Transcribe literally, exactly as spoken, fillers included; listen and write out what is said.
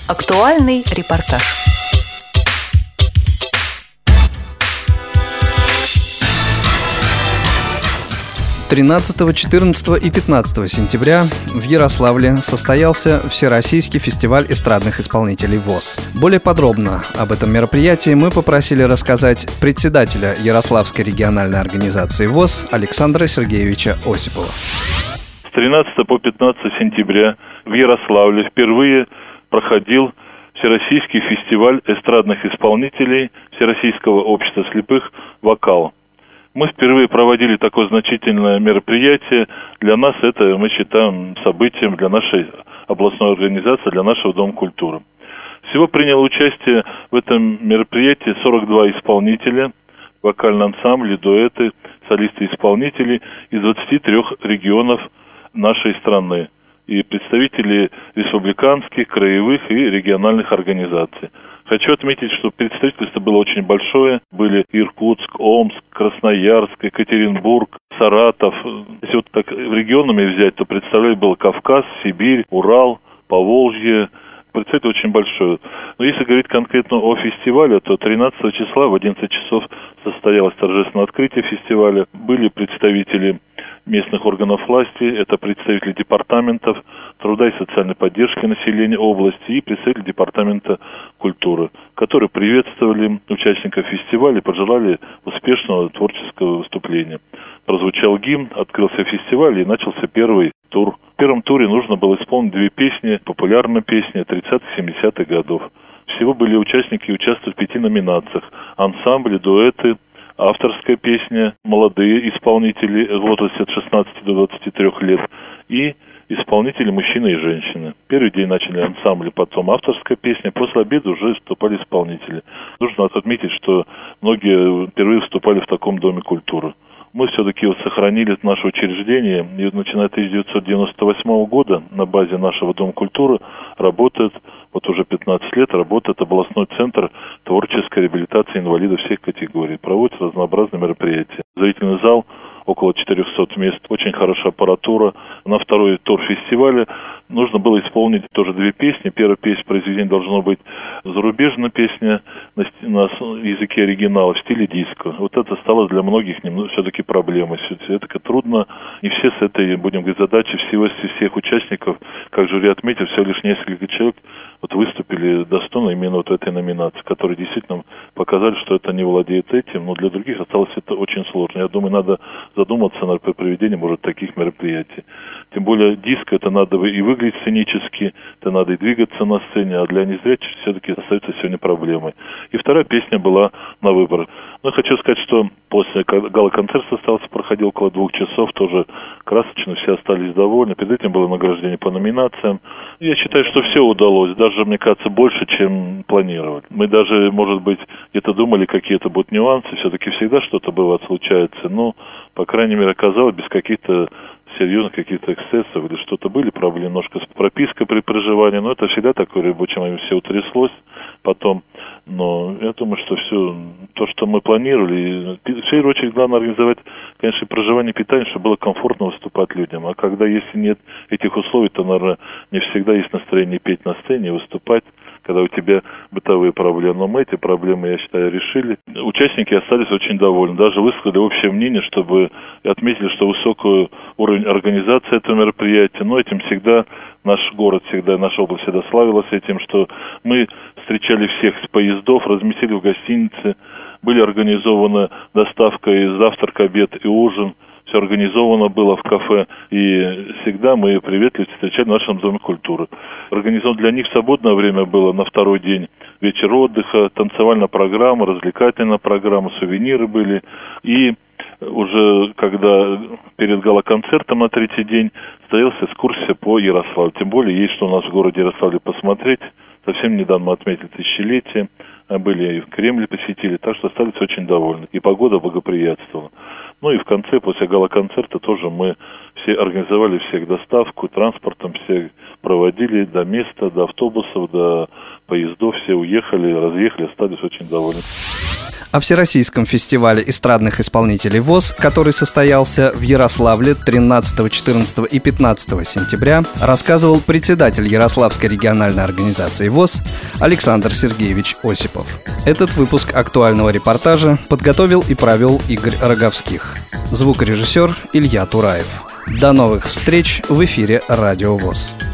Актуальный репортаж. тринадцатого, четырнадцатого и пятнадцатого сентября в Ярославле состоялся Всероссийский фестиваль эстрадных исполнителей ВОС. Более подробно об этом мероприятии мы попросили рассказать председателя Ярославской региональной организации ВОС Александра Сергеевича Осипова. С тринадцатого по пятнадцатое сентября в Ярославле впервые проходил Всероссийский фестиваль эстрадных исполнителей Всероссийского общества слепых «Вокал». Мы впервые проводили такое значительное мероприятие. Для нас это, мы считаем, событием для нашей областной организации, для нашего Дома культуры. Всего приняло участие в этом мероприятии сорок два исполнителя, вокальные ансамбли, дуэты, солисты-исполнители из двадцати трёх регионов нашей страны и представители республиканских, краевых и региональных организаций. Хочу отметить, что представительство было очень большое. Были Иркутск, Омск, Красноярск, Екатеринбург, Саратов. Если вот так регионами взять, то представлять было Кавказ, Сибирь, Урал, Поволжье. Представитель очень большое. Но если говорить конкретно о фестивале, то тринадцатого числа в одиннадцать часов состоялось торжественное открытие фестиваля. Были представители местных органов власти, это представители департаментов труда и социальной поддержки населения области и представители департамента культуры, которые приветствовали участников фестиваля и пожелали успешного творческого выступления. Прозвучал гимн, открылся фестиваль и начался первый тур. В первом туре нужно было исполнить две песни, популярные песни тридцатых-семидесятых годов. Всего были участники, участвовали в пяти номинациях: ансамбли, дуэты, авторская песня, молодые исполнители в возрасте от шестнадцати до двадцати трёх лет и исполнители мужчины и женщины. Первый день начали ансамбли, потом авторская песня, после обеда уже выступали исполнители. Нужно отметить, что многие впервые выступали в таком Доме культуры. Мы все-таки вот сохранили наше учреждение, и начиная с тысяча девятьсот девяносто восьмого года на базе нашего Дома культуры работает, вот уже пятнадцать лет, работает областной центр творческой реабилитации инвалидов всех категорий. Проводятся разнообразные мероприятия. Зрительный зал около четырёхсот мест, очень хорошая аппаратура. На второй тур фестиваля нужно было исполнить тоже две песни. Первая песня, произведение должно быть зарубежная песня на, на языке оригинала в стиле диско. Вот это стало для многих немного все-таки проблемой. Все-таки трудно. Не все с этой, будем говорить, задачей, всего всех участников, как жюри отметил, всего лишь несколько человек вот выступили достойно именно вот в этой номинации, которые действительно показали, что это не владеет этим, но для других осталось это очень сложно. Я думаю, надо задуматься над проведением, может, таких мероприятий. Тем более диско, это надо и выглядеть сценически, это надо и двигаться на сцене, а для незрячих все-таки остается сегодня проблемой. И вторая песня была на выбор. Но хочу сказать, что после гала-концерт остался, проходил около двух часов, тоже красочно, все остались довольны. Перед этим было награждение по номинациям. Я считаю, что все удалось, даже, мне кажется, больше, чем планировали. Мы даже, может быть, где-то думали, какие-то будут нюансы, все-таки всегда что-то бывает, случается, но, по крайней мере, оказалось без каких-то серьезных каких-то эксцессов или что-то были проблемы немножко с пропиской при проживании, но это всегда такое рабочее момент, все утряслось потом. Но я думаю, что все то, что мы планировали, в первую очередь главное организовать, конечно, проживание, питание, чтобы было комфортно выступать людям. А когда, если нет этих условий, то, наверное, не всегда есть настроение петь на сцене и выступать, когда у тебя бытовые проблемы. Но мы эти проблемы, я считаю, решили. Участники остались очень довольны. Даже высказали общее мнение, чтобы отметили, что высокий уровень организации этого мероприятия. Но этим всегда наш город, всегда наша область всегда славилась этим, что мы встречали всех с поездов, разместили в гостинице, были организована доставка и завтрак, обед и ужин. Все организовано было в кафе, и всегда мы приветливо встречали в нашем Доме культуры. Организовано для них свободное время было на второй день. Вечер отдыха, танцевальная программа, развлекательная программа, сувениры были. И уже когда перед гала-концертом на третий день состоялась экскурсия по Ярославлю. Тем более есть что у нас в городе Ярославле посмотреть. Совсем недавно мы отметили тысячелетие, были и в Кремле посетили, так что остались очень довольны. И погода благоприятствовала. Ну и в конце, после гала-концерта, тоже мы все организовали всех доставку, транспортом всех проводили до места, до автобусов, до поездов, все уехали, разъехали, остались очень довольны. О Всероссийском фестивале эстрадных исполнителей ВОС, который состоялся в Ярославле тринадцатого, четырнадцатого и пятнадцатого сентября, рассказывал председатель Ярославской региональной организации ВОС Александр Сергеевич Осипов. Этот выпуск актуального репортажа подготовил и провел Игорь Роговских. Звукорежиссер Илья Тураев. До новых встреч в эфире Радио ВОС.